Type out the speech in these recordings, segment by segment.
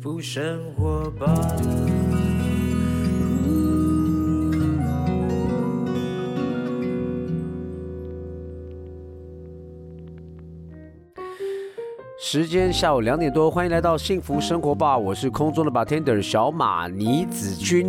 福生活吧。时间下午2点多，欢迎来到幸福生活吧，我是空中的 bartender 小马倪子君，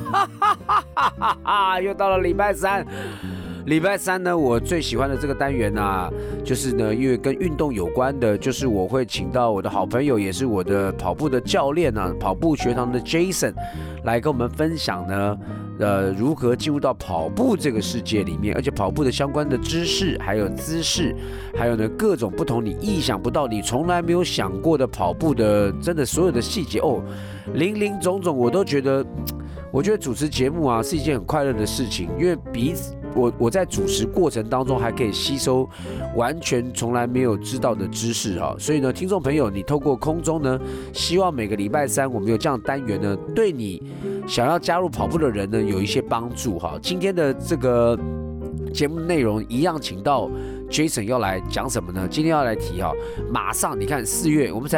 又到了礼拜三。礼拜三呢，我最喜欢的这个单元啊，就是呢，因为跟运动有关的，就是我会请到我的好朋友，也是我的跑步的教练啊，跑步学堂的 Jason 来跟我们分享呢，如何进入到跑步这个世界里面，而且跑步的相关的知识，还有姿势，还有呢各种不同你意想不到、你从来没有想过的跑步的，真的所有的细节哦，林林总总，我都觉得，我觉得主持节目啊是一件很快乐的事情，因为我在主持过程当中还可以吸收完全从来没有知道的知识哈，所以呢，听众朋友，你透过空中呢，希望每个礼拜三我们有这样的单元呢，对你想要加入跑步的人呢有一些帮助哈。今天的这个节目内容一样，请到 Jason 要来讲什么呢？今天要来提哈，马上你看4月，我们才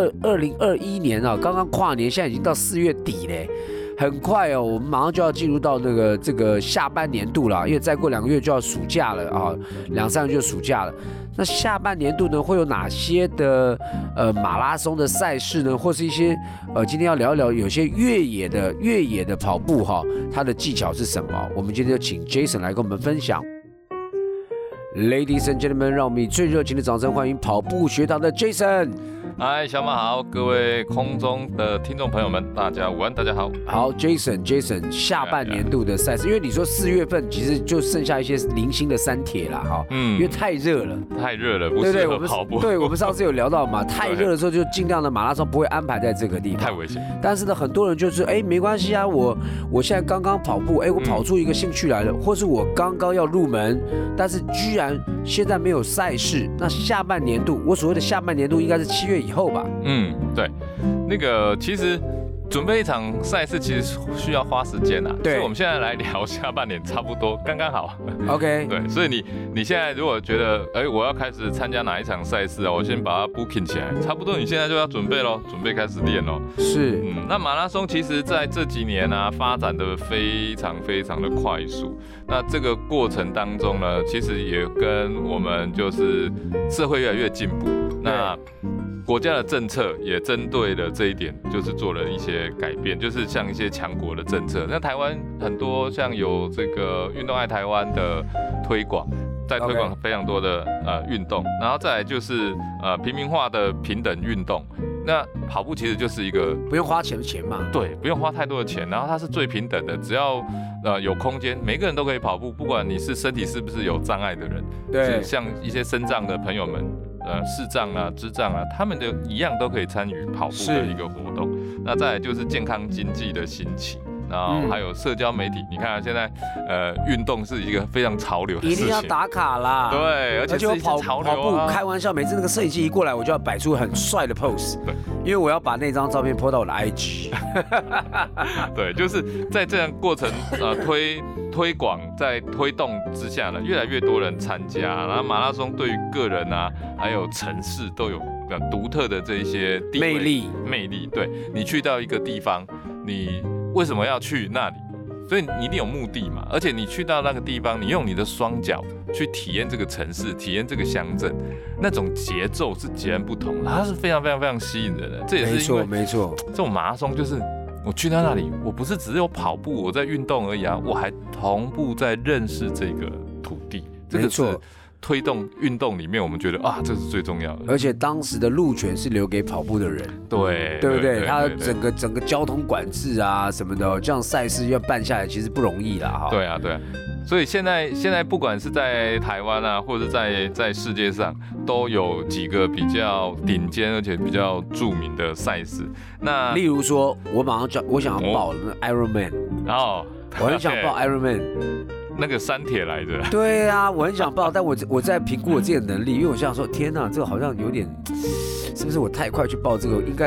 2021年啊，刚刚跨年，现在已经到4月底嘞。很快哦，我们马上就要进入到这个下半年度了，因为再过2个月就要暑假了啊，2-3个月就暑假了。那下半年度呢，会有哪些的马拉松的赛事呢？或是一些今天要聊一聊有些越野的跑步哈，它的技巧是什么？我们今天就请 Jason 来跟我们分享。Ladies and gentlemen， 让我们以最热情的掌声欢迎跑步学堂的 Jason。 嗨，小马好，各位空中的听众朋友们，大家午安，大家好。 好 ，Jason， 下半年度的赛事，因为你说4月份其实就剩下一些零星的三铁啦，哈，因为太热了， 不适合跑步。 对，我们上次有聊到嘛，太热的时候就尽量的马拉松不会安排在这个地方， 太危险。 但是呢，很多人就是没关系啊，我现在刚刚跑步，我跑出一个兴趣来了，或是我刚刚要入门，但是居然现在没有赛事，那下半年度，我所谓的下半年度应该是7月以后吧？ 对，那个其实准备一场赛事其实需要花时间啊， 对， 所以我们现在来聊下半年，差不多刚刚好。 OK， 对，所以你现在如果觉得我要开始参加哪一场赛事啊，我先把它 booking 起来，差不多你现在就要准备咯，准备开始练咯。 是， 那马拉松其实在这几年啊发展的非常非常的快速，那这个过程当中呢，其实也跟我们就是社会越来越进步，那国家的政策也针对了这一点，就是做了一些改变，就是像一些强国的政策。那台湾很多像有这个运动爱台湾的推广，在推广非常多的运动，然后再来就是平民化的平等运动。那跑步其实就是一个不用花钱嘛， 对，不用花太多的钱，然后它是最平等的，只要有空间，每个人都可以跑步，不管你是身体是不是有障碍的人，对，像一些身障的朋友们。视障啊、智障啊，他们一样都可以参与跑步的一个活动。那再来就是健康经济的兴起，然后还有社交媒体。你看现在运动是一个非常潮流的事情， 一定要打卡啦。 对，而且是我跑步，开玩笑，每次那个摄影机一过来，我就要摆出很帅的 pose， 对，因为我要把那张照片 po 到我的 IG。 对，就是在这样过程推广在推动之下呢，越来越多人参加，然后马拉松对于个人啊，还有城市都有独特的这一些魅力。 对，你去到一个地方，你为什么要去那里？所以你一定有目的嘛，而且你去到那个地方，你用你的双脚去体验这个城市，体验这个乡镇，那种节奏是截然不同的，它是非常非常非常吸引人的。这也是因为没错， 这种马拉松就是我去到那里，我不是只有跑步，我在运动而已啊，我还同步在认识这个土地。这个是推动运动里面，我们觉得啊，这是最重要的。 而且当时的路权是留给跑步的人， 对不对？他整个交通管制啊什么的，这样赛事要办下来其实不容易啦，哈。 对啊。所以现在不管是在台湾啊，或者在世界上，都有几个比较顶尖而且比较著名的赛事。那例如说，我想要报那 Ironman， 我很想报 Ironman。 那个三铁来的， 对啊，我很想报，但我在评估我自己的能力，因为我想说，天哪，这个好像有点，是不是我太快去报这个？应该是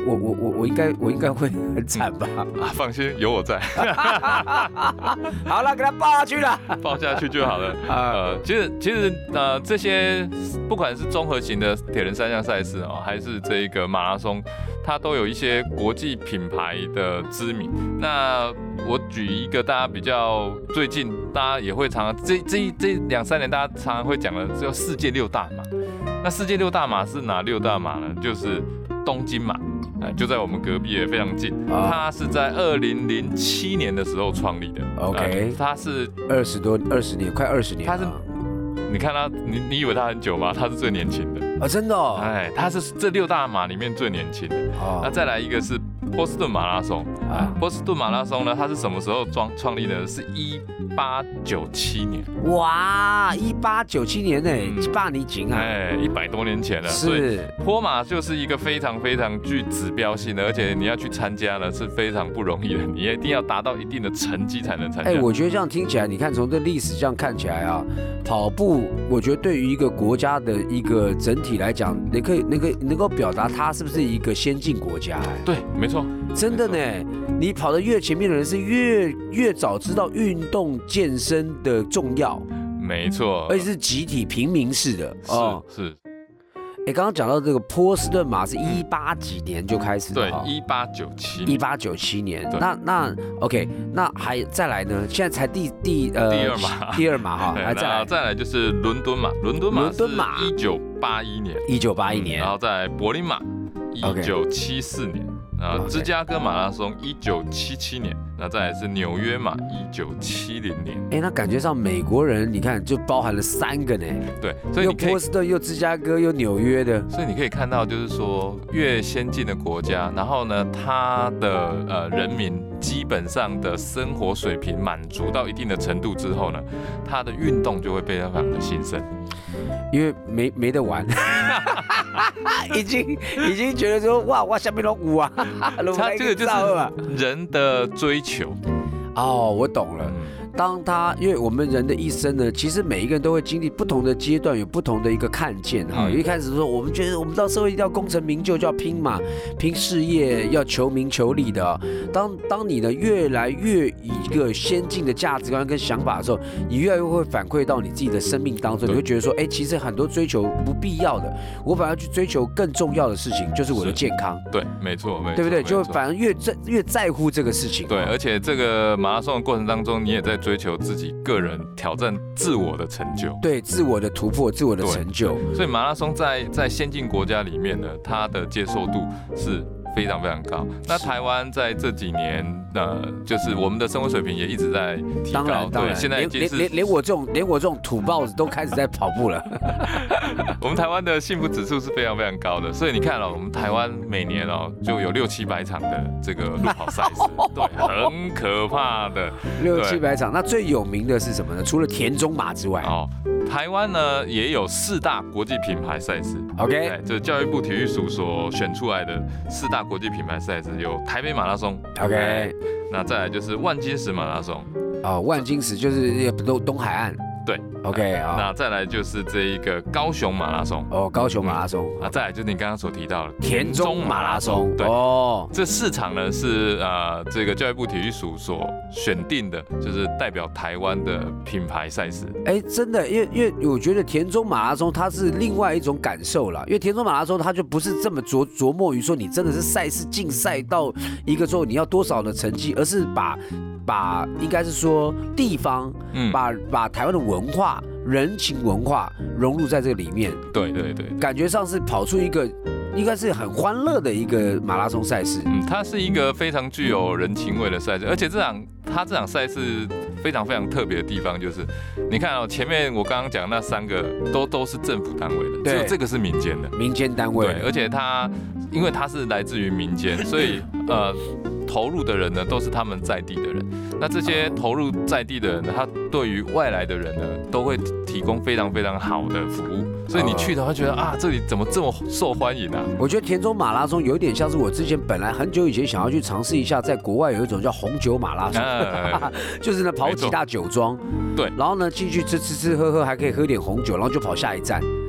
我应该会很惨吧？ 放心，有我在。 好了，给他抱下去了， 抱下去就好了。其实这些不管是综合型的铁人三项赛事还是这一个马拉松，它都有一些国际品牌的知名。那我举一个大家比较最近大家也会常常这2-3年大家常常会讲的，叫世界6大马。那世界6大马是哪6大马呢？就是东京马，就在我们隔壁也非常近。它是在2007年的时候创立的。 OK， 它是 20年，快20年。 它是，你看它，你以为它很久吗？它是最年轻的。 真的哦。 它是这6大马里面最年轻的。那再来一个是波士顿马拉松。波士顿马拉松呢，它是什么时候创立的？是1897年。 哇，1897年呢，巴尼景啊 ，100多年前了。 是。 所以坡马就是一个非常非常具指标性的，而且你要去参加呢是非常不容易的，你一定要达到一定的成绩才能参加。 我觉得这样听起来，你看从这历史这样看起来啊，跑步，我觉得对于一个国家的一个整体来讲，能够表达它是不是一个先进国家？ 对，没错， 真的呢。你跑得越前面的人是越早知道运动健身的重要， 没错， 而且是集体平民式的。 是。 刚刚讲到这个波士顿马是18几年就开始的， 对，1897年。 那 OK， 那还再来呢？现在才第二马哈， 再来就是伦敦马是1981年，然后在柏林马1974年。芝加哥马拉松1977年，那再来是纽约马1970年。 那感觉上美国人，你看就包含了3个呢。 对，所以你可以又波士顿，又芝加哥，又纽约的。 所以你可以看到，就是说越先进的国家，然后呢，它的人民基本上的生活水平满足到一定的程度之后呢，它的运动就会非常的兴盛。 因为没得玩，已经觉得说哇，我下面都舞啊， 他这个就是人的追求。 我懂了。因为我们人的一生呢，其实每一个人都会经历不同的阶段，有不同的一个看见哈。一开始说，我们觉得我们到社会一定要功成名就，就要拼嘛，拼事业，要求名求利的。当你呢越来越以一个先进的价值观跟想法的时候，你越来越会反馈到你自己的生命当中，你会觉得说，其实很多追求不必要的，我反而去追求更重要的事情，就是我的健康。 对，没错， 对不对？就反而越在乎这个事情。 对，而且这个马拉松的过程当中，你也在追求自己个人挑战自我的成就， 对，自我的突破，自我的成就。 所以马拉松在先进国家里面呢，它的接受度是非常非常高。那台湾在这几年，就是我们的生活水平也一直在提高。 当然， 现在连我这种土包子都开始在跑步了。 我们台湾的幸福指数是非常非常高的，所以你看我们台湾每年就有600-700场的这个路跑赛事，对，很可怕的 600-700场。那最有名的是什么呢？除了田中马之外， 台湾呢也有4大国际品牌赛事。 OK， 这是教育部体育署所选出来的4大国际品牌赛事，有台北马拉松。 OK， 那再来就是万金石马拉松。 万金石就是东海岸。 对 ，OK， 那再来就是这一个高雄马拉松。 高雄马拉松。 再来就是你刚刚所提到的田中马拉松。 对，这4场呢是这个教育部体育署所选定的，就是代表台湾的品牌赛事。 真的，因为我觉得田中马拉松它是另外一种感受啦，因为田中马拉松它就不是这么琢磨于说你真的是赛事竞赛到一个之后你要多少的成绩，而是把应该是说地方，把台湾的文化、人情文化融入在这个里面。 对， 感觉上是跑出一个应该是很欢乐的一个马拉松赛事。 它是一个非常具有人情味的赛事，而且这场赛事非常非常特别的地方就是，你看前面我刚刚讲那3个都是政府单位的，只有这个是民间的， 民间单位。 对，而且因为它是来自于民间，所以投入的人呢都是他们在地的人。那这些投入在地的人呢，他对于外来的人呢都会提供非常非常好的服务，所以你去的话觉得这里怎么这么受欢迎啊？ 我觉得田中马拉松有点像是我之前本来很久以前想要去尝试一下，在国外有一种叫红酒马拉松，就是呢跑几大酒庄， 对， 然后呢进去吃喝，还可以喝点红酒，然后就跑下一站。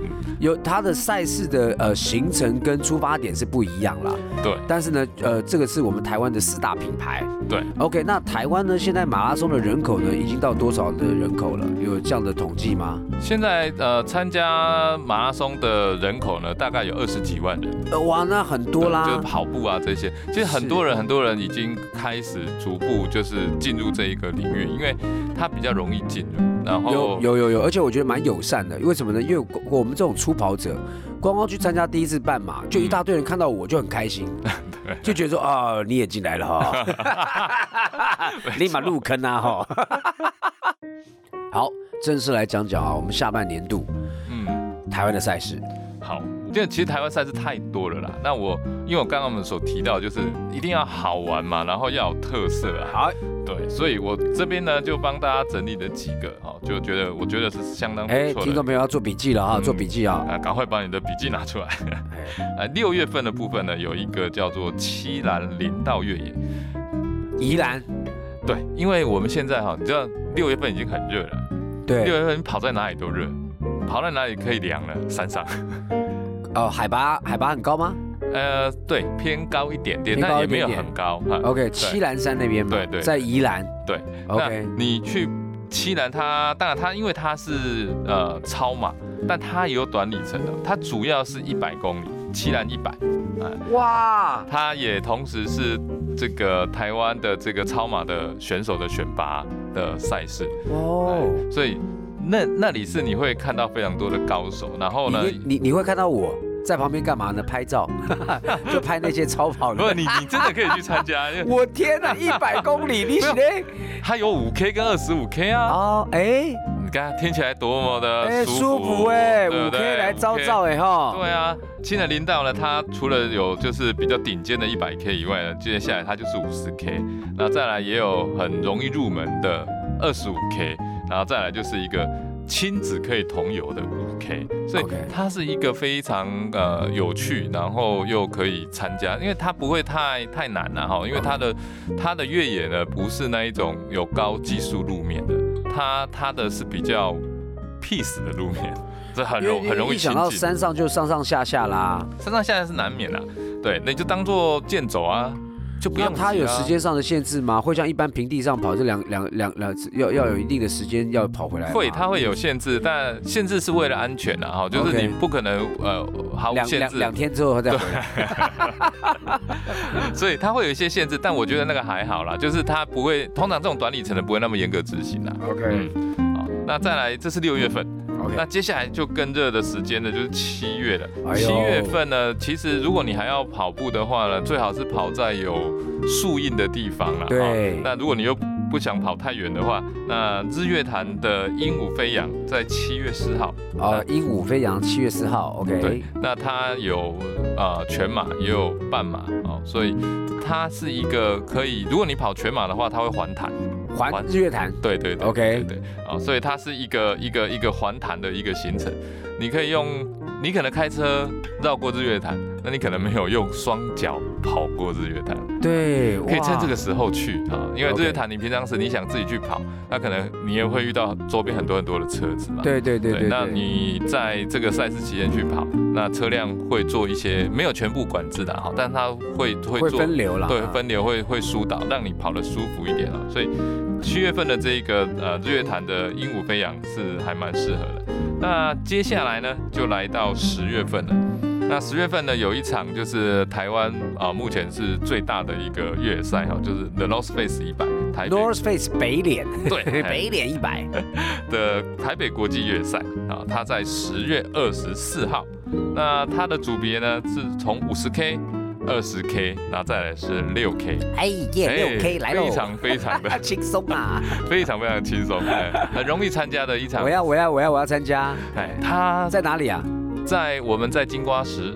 有它的赛事的行程跟出发点是不一样啦。 对。 但是呢，这个是我们台湾的4大品牌。 对。 OK， 那台湾呢，现在马拉松的人口呢，已经到多少的人口了？有这样的统计吗？ 现在参加马拉松的人口呢，大概有20几万人。 哇，那很多啦。 就是跑步啊这些，其实很多人已经开始逐步就是进入这一个领域，因为它比较容易进入。然后有，而且我觉得蛮友善的。为什么呢？因为我们这种初跑者，光去参加第一次半马，就一大堆人看到我就很开心，就觉得说啊，你也进来了哈，立马入坑啊哈。好，正式来讲讲啊，我们下半年度，台湾的赛事。 好，因为其实台湾赛事太多了啦。那因为我刚刚我们所提到，就是一定要好玩嘛，然后要有特色啊。 好， 对，所以我这边呢就帮大家整理了几个，就我觉得是相当不错的。 听众朋友要做笔记了哈，做笔记啊， 赶快把你的笔记拿出来。6月份的部分呢，有一个叫做七兰林道越野， 宜兰。 对，因为我们现在你知道6月份已经很热了， 对，6 月份跑在哪里都热，跑在哪里可以凉了？山上。 海拔很高吗？ 对，偏高一点点，但也没有很高。 OK， 七兰山那边嘛， 对， 在宜兰。 对 ，OK， 你去七兰，当然它因为它是超马，但它也有短里程的，它主要是100公里，七兰100。 哇！ 它也同时是这个台湾的这个超马的选手的选拔的赛事哦，所以那里是你会看到非常多的高手，然后呢， 你会看到我在旁边干嘛呢？拍照，就拍那些超跑的。 不，你真的可以去参加。 我天哪，100公里，你是嘞？ 它有5K 跟25K 啊。 哦，你看听起来多么的舒服5K 来招哈。 对啊，七兰林道呢，它除了有就是比较顶尖的100K 以外呢，接下来它就是50K， 那再来也有很容易入门的25K， 然后再来就是一个亲子可以同游的5K， 所以它是一个非常有趣，然后又可以参加，因为它不会太难了哈，因为它的越野呢不是那一种有高技术路面的，它的是比较 peace 的路面，这很容易亲近。一想到山上就上上下下啦， 上上下下是难免啦，对，那你就当做健走啊。就不用它有时间上的限制吗？会像一般平地上跑，这两要有一定的时间要跑回来吗？ 它会有限制，但限制是为了安全啊，就是你不可能毫无限制 2天之后再回来。 所以它会有一些限制，但我觉得那个还好啦，就是它不会，通常这种短里程的不会那么严格执行啦。 OK， 好，那再来，这是6月份。那接下来就更热的时间呢，就是7月了。7月份呢，其实如果你还要跑步的话呢，最好是跑在有树荫的地方啦。 对。 那如果你又不想跑太远的话，那日月潭的鹦鹉飞扬在7月4号。 鹦鹉飞扬7月4号 ，OK。 对。那它有全马也有半马所以它是一个可以，如果你跑全马的话，它会环潭。 环日月潭， 对 ，OK， 对，所以它是一个环潭的一个行程，你可能开车绕过日月潭，那你可能没有用双脚跑过日月潭， 对， 可以趁这个时候去啊，因为日月潭你平常时你想自己去跑，那可能你也会遇到周边很多的车子嘛， 对， 那你在这个赛事期间去跑，那车辆会做一些没有全部管制的但它会做分流啦， 对，分流会疏导，让你跑得舒服一点啊，所以7月份的这个日月潭的鹦鹉飞扬是还蛮适合的。那接下来呢，就来到10月份了。那10月份呢，有一场就是台湾目前是最大的一个越野赛就是 The North Face 100，台北 North Face 北脸， 对， 北脸100 的台北国际越野赛它在10月24号。那它的组别呢是从50K。20K， 然后再来是6K， 6K 来喽， 非常的轻松啊， 非常轻松，很容易参加的一场。 我要参加。它在哪里啊？ 我们在金瓜石。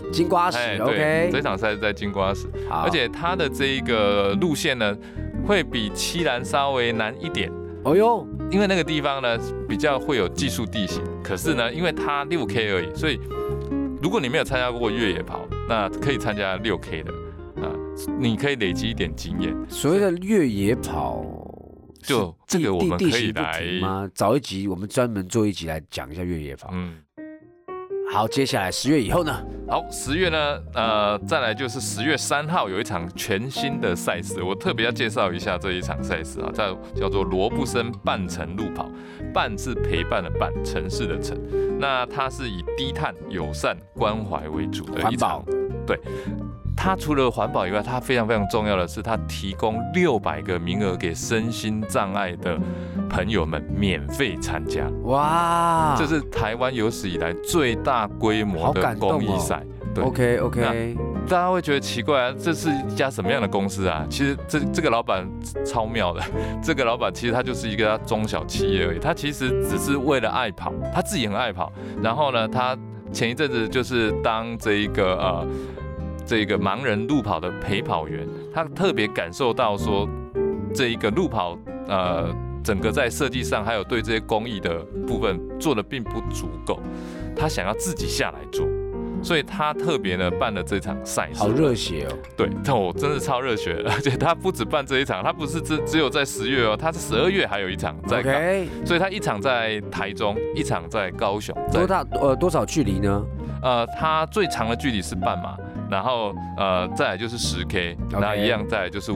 OK， 这场赛是在金瓜石，而且它的这一个路线呢，会比七兰稍微难一点。因为那个地方呢比较会有技术地形，可是呢，因为它6K 而已，所以如果你没有参加过越野跑，那可以参加6K 的你可以累积一点经验。 所谓的越野跑， 就这个我们可以来吗？找一集我们专门做一集来讲一下越野跑。 好，接下来10月以后呢？ 好，10月呢，再来就是10月3号有一场全新的赛事，我特别要介绍一下这一场赛事啊，叫做罗布森半程路跑，半是陪伴的伴，城市的城，那它是以低碳、友善、关怀为主的一场，对。它除了环保以外，它非常非常重要的是，它提供600个名额给身心障碍的朋友们免费参加。哇，这是台湾有史以来最大规模的公益赛。对 ，OK， 大家会觉得奇怪啊，这是一家什么样的公司啊？其实这个老板超妙的，这个老板其实他就是一个中小企业而已，他其实只是为了爱跑，他自己很爱跑，然后呢，他前一阵子就是当这个盲人路跑的陪跑员，他特别感受到说，这一个路跑整个在设计上还有对这些公益的部分做的并不足够，他想要自己下来做，所以他特别呢办了这场赛事。 好热血哦！ 对，我真的超热血，而且他不止办这一场，他不是只有在10月哦，他是12月还有一场在搞，所以他一场在台中，一场在高雄。 多少距离呢？ 他最长的距离是半马。然后再来就是 10K， 然后一样再来就是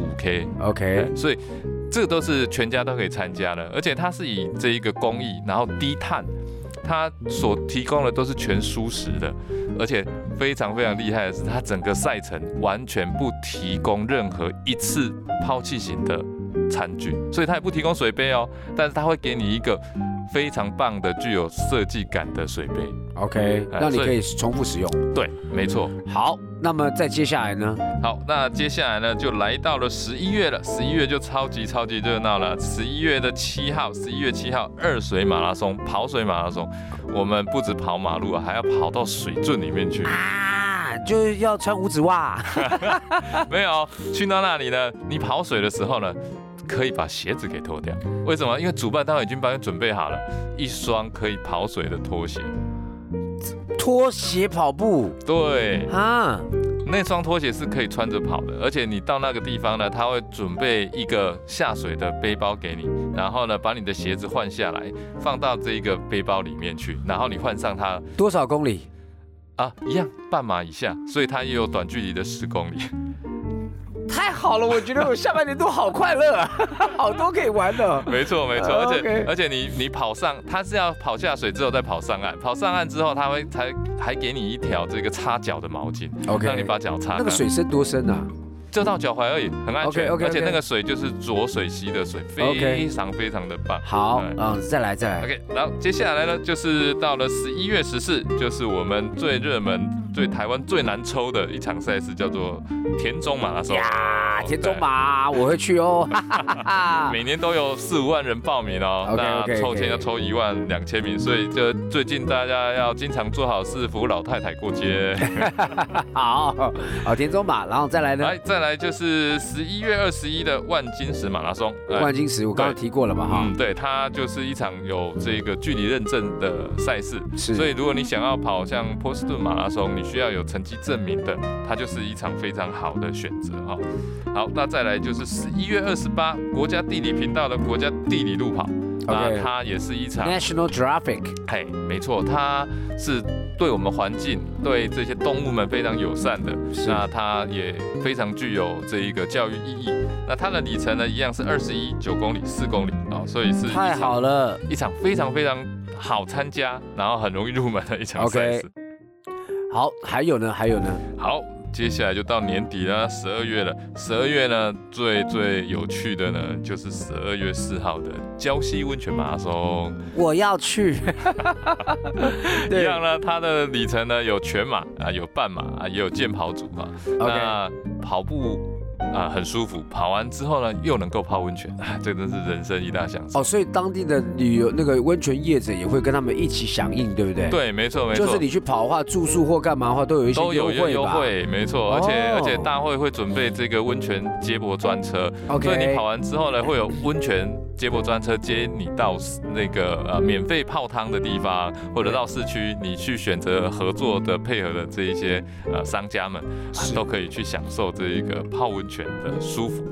5K， 所以这个都是全家都可以参加的，而且它是以这一个公益，然后低碳，它所提供的都是全蔬食的，而且非常非常厉害的是，它整个赛程完全不提供任何一次抛弃型的餐具，所以它也不提供水杯哦，但是它会给你一个非常棒的具有设计感的水杯。 OK， 让你可以重复使用。 对，没错。 好，那么再接下来呢？ 好，那接下来呢就来到了11月了。11月就超级热闹了。11月7号二水马拉松，跑水马拉松，我们不止跑马路啊，还要跑到水圳里面去啊，就是要穿五指袜。 没有，去到那里呢，你跑水的时候呢，可以把鞋子给脱掉。为什么？因为主办单位已经帮你准备好了一双可以跑水的拖鞋。 拖鞋跑步？ 对啊，那双拖鞋是可以穿着跑的，而且你到那个地方呢，他会准备一个下水的背包给你，然后呢，把你的鞋子换下来，放到这一个背包里面去，然后你换上它。 多少公里？ 啊，一样半马以下，所以它也有短距离的10公里。 太好了，我觉得我下半年都好快乐啊，好多可以玩的。 没错，而且你跑上，它是要跑下水之后再跑上岸，跑上岸之后，它会还给你一条这个擦脚的毛巾，让你把脚擦干。 那个水深多深啊？ 就到脚踝而已，很安全。 而且那个水就是浊水溪的水，非常非常的棒。 好，再来。 OK， 然后接下来呢，就是到了11月14，就是我们最热门、台湾最难抽的一场赛事，叫做田中马拉松。 呀，田中马，我会去哦。 每年都有4-5万人报名哦。那抽签要抽12000名，所以就最近大家要经常做好事，扶老太太过街。 好，田中马，然后再来呢？ 再来就是11月21的万金石马拉松。 万金石我刚刚提过了嘛，哈。 对，它就是一场有这个距离认证的赛事，所以如果你想要跑像波士顿马拉松，你需要有成绩证明的，它就是一场非常好的选择哈。好，那再来就是11月28，国家地理频道的国家地理路跑。那它也是一场 National Geographic， 嘿，没错，它是对我们环境、对这些动物们非常友善的。那它也非常具有这一个教育意义。那它的里程呢，一样是21.9公里、4公里啊，所以是太好了， 一场非常非常好参加，然后很容易入门的一场赛事。 好，还有呢？ 好。接下来就到年底了，12月了。12月呢，最有趣的呢，就是12月4号的礁溪温泉马拉松。我要去。 一样呢，它的里程呢有全马啊，有半马啊，也有健跑组啊。那跑步很舒服，跑完之后呢，又能够泡温泉，这真是人生一大享受。 所以当地的旅游那个温泉业者也会跟他们一起响应，对不对？ 对，没错。 就是你去跑的话，住宿或干嘛的话，都有一些优惠， 没错。而且大会会准备这个温泉接驳专车，所以你跑完之后呢，会有温泉接驳专车接你到那个免费泡汤的地方，或者到市区，你去选择合作的配合的这一些商家们，都可以去享受这一个泡温泉的舒服。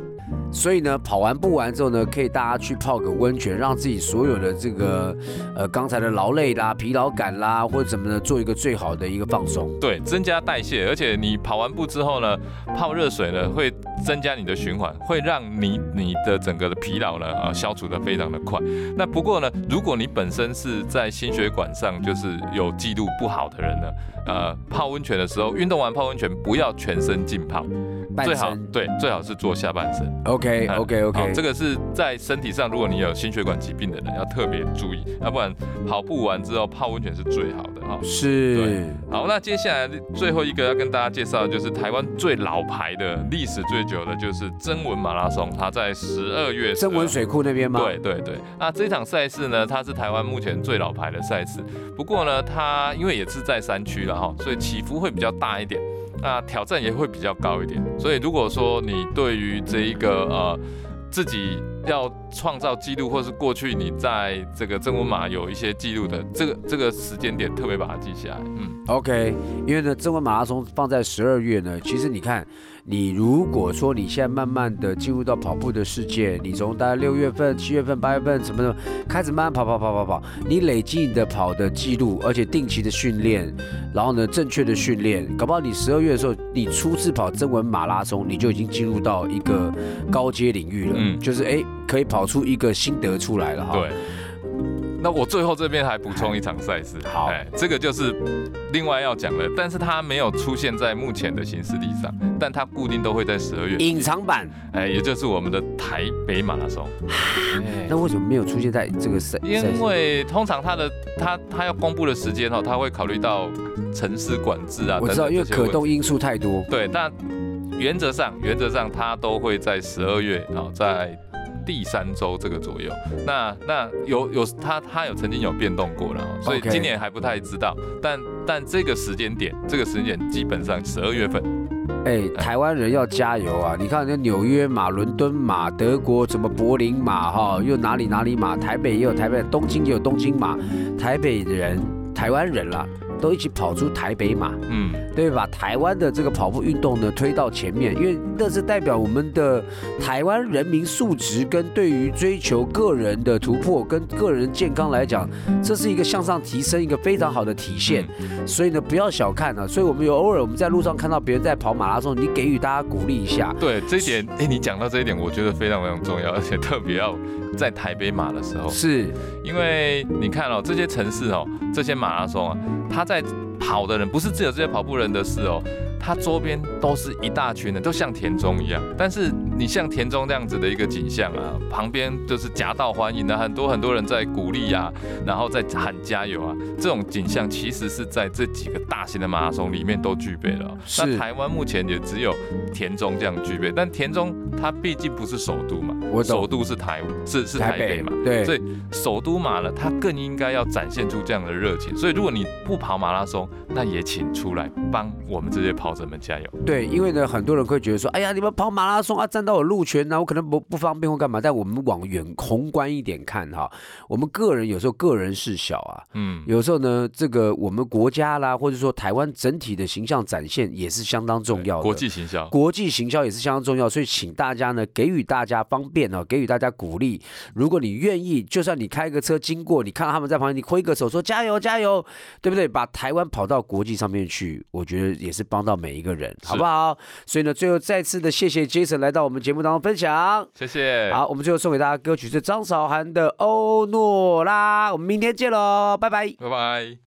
所以呢，跑完步完之后呢，可以大家去泡个温泉，让自己所有的这个刚才的劳累啦、疲劳感啦，或者怎么呢，做一个最好的一个放松。 对，增加代谢，而且你跑完步之后呢，泡热水呢会增加你的循环，会让你的整个的疲劳呢消除的非常的快。那不过呢，如果你本身是在心血管上就是有记录不好的人呢，泡温泉的时候，运动完泡温泉不要全身浸泡，最好是做下半身。 OK， 这个是在身体上，如果你有心血管疾病的人要特别注意，要不然跑步完之后泡温泉是最好的哈。 是。 对。好，那接下来最后一个要跟大家介绍的就是台湾最老牌的、历史最久的，就是曾文马拉松，它在12月。 曾文水库那边吗？ 对。那这场赛事呢，它是台湾目前最老牌的赛事。不过呢，它因为也是在山区了哈，所以起伏会比较大一点。那挑战也会比较高一点，所以如果说你对于这一个自己要创造纪录，或是过去你在这个曾文马有一些纪录的这个时间点，特别把它记下来。 OK， 因为呢，曾文马拉松放在12月呢，其实你看，你如果说你现在慢慢的进入到跑步的世界，你从大概6月份、7月份、8月份什么的开始慢慢跑，你累积你的跑的记录，而且定期的训练，然后呢正确的训练，搞不好你12月的时候，你初次跑曾文马拉松，你就已经进入到一个高阶领域了，就是可以跑出一个心得出来了哈。 对。那我最后这边还补充一场赛事， 好， 这个就是另外要讲的，但是它没有出现在目前的行事历上，但它固定都会在12月。 隐藏版， 也就是我们的台北马拉松。 那为什么没有出现在这个赛？ 因为通常它要公布的时间它会考虑到城市管制啊， 我知道，因为可动因素太多。 对，但原则上它都会在12月在第3周这个左右，那它有曾经有变动过了，所以今年还不太知道，但这个时间点基本上12月份。 台湾人要加油啊！你看那纽约马、伦敦马、德国什么柏林马哈，又哪里马，台北也有台北，东京也有东京马，台湾人啦。都一起跑出台北马，对，把台湾的这个跑步运动呢推到前面，因为这是代表我们的台湾人民素质跟对于追求个人的突破跟个人健康来讲，这是一个向上提升一个非常好的体现。所以呢，不要小看啊。所以我们偶尔在路上看到别人在跑马拉松，你给予大家鼓励一下。 对，这一点，你讲到这一点，我觉得非常非常重要，而且特别要在台北马的时候， 是因为你看这些城市这些马拉松啊，它在跑的人不是只有这些跑步人的事它周边都是一大群人，都像田中一样。但是你像田中这样子的一个景象啊，旁边就是夹道欢迎啊，很多人在鼓励啊，然后在喊加油啊，这种景象其实是在这几个大型的马拉松里面都具备了。那台湾目前也只有田中这样具备，但田中它毕竟不是首都嘛，首都是台北嘛， 对， 所以首都马呢，它更应该要展现出这样的热情。所以如果你不跑马拉松，那也请出来帮我们这些跑者们加油。 对，因为呢，很多人会觉得说，哎呀，你们跑马拉松啊，占到我路权啊，我可能不方便或干嘛。但我们往宏观一点看哈，我们个人有时候个人事小啊，有时候呢，这个我们国家啦，或者说台湾整体的形象展现也是相当重要的。 国际行销也是相当重要，所以请大家呢，给予大家方便给予大家鼓励。如果你愿意，就算你开个车经过，你看到他们在旁边，你挥个手说加油加油，对不对？把台湾跑到国际上面去，我觉得也是帮到每一个人，好不好？所以呢，最后再次的谢谢 Jason 来到我们节目当中分享， 谢谢。 好，我们最后送给大家歌曲是张韶涵的《欧诺拉》，我们明天见喽，拜拜， 拜拜。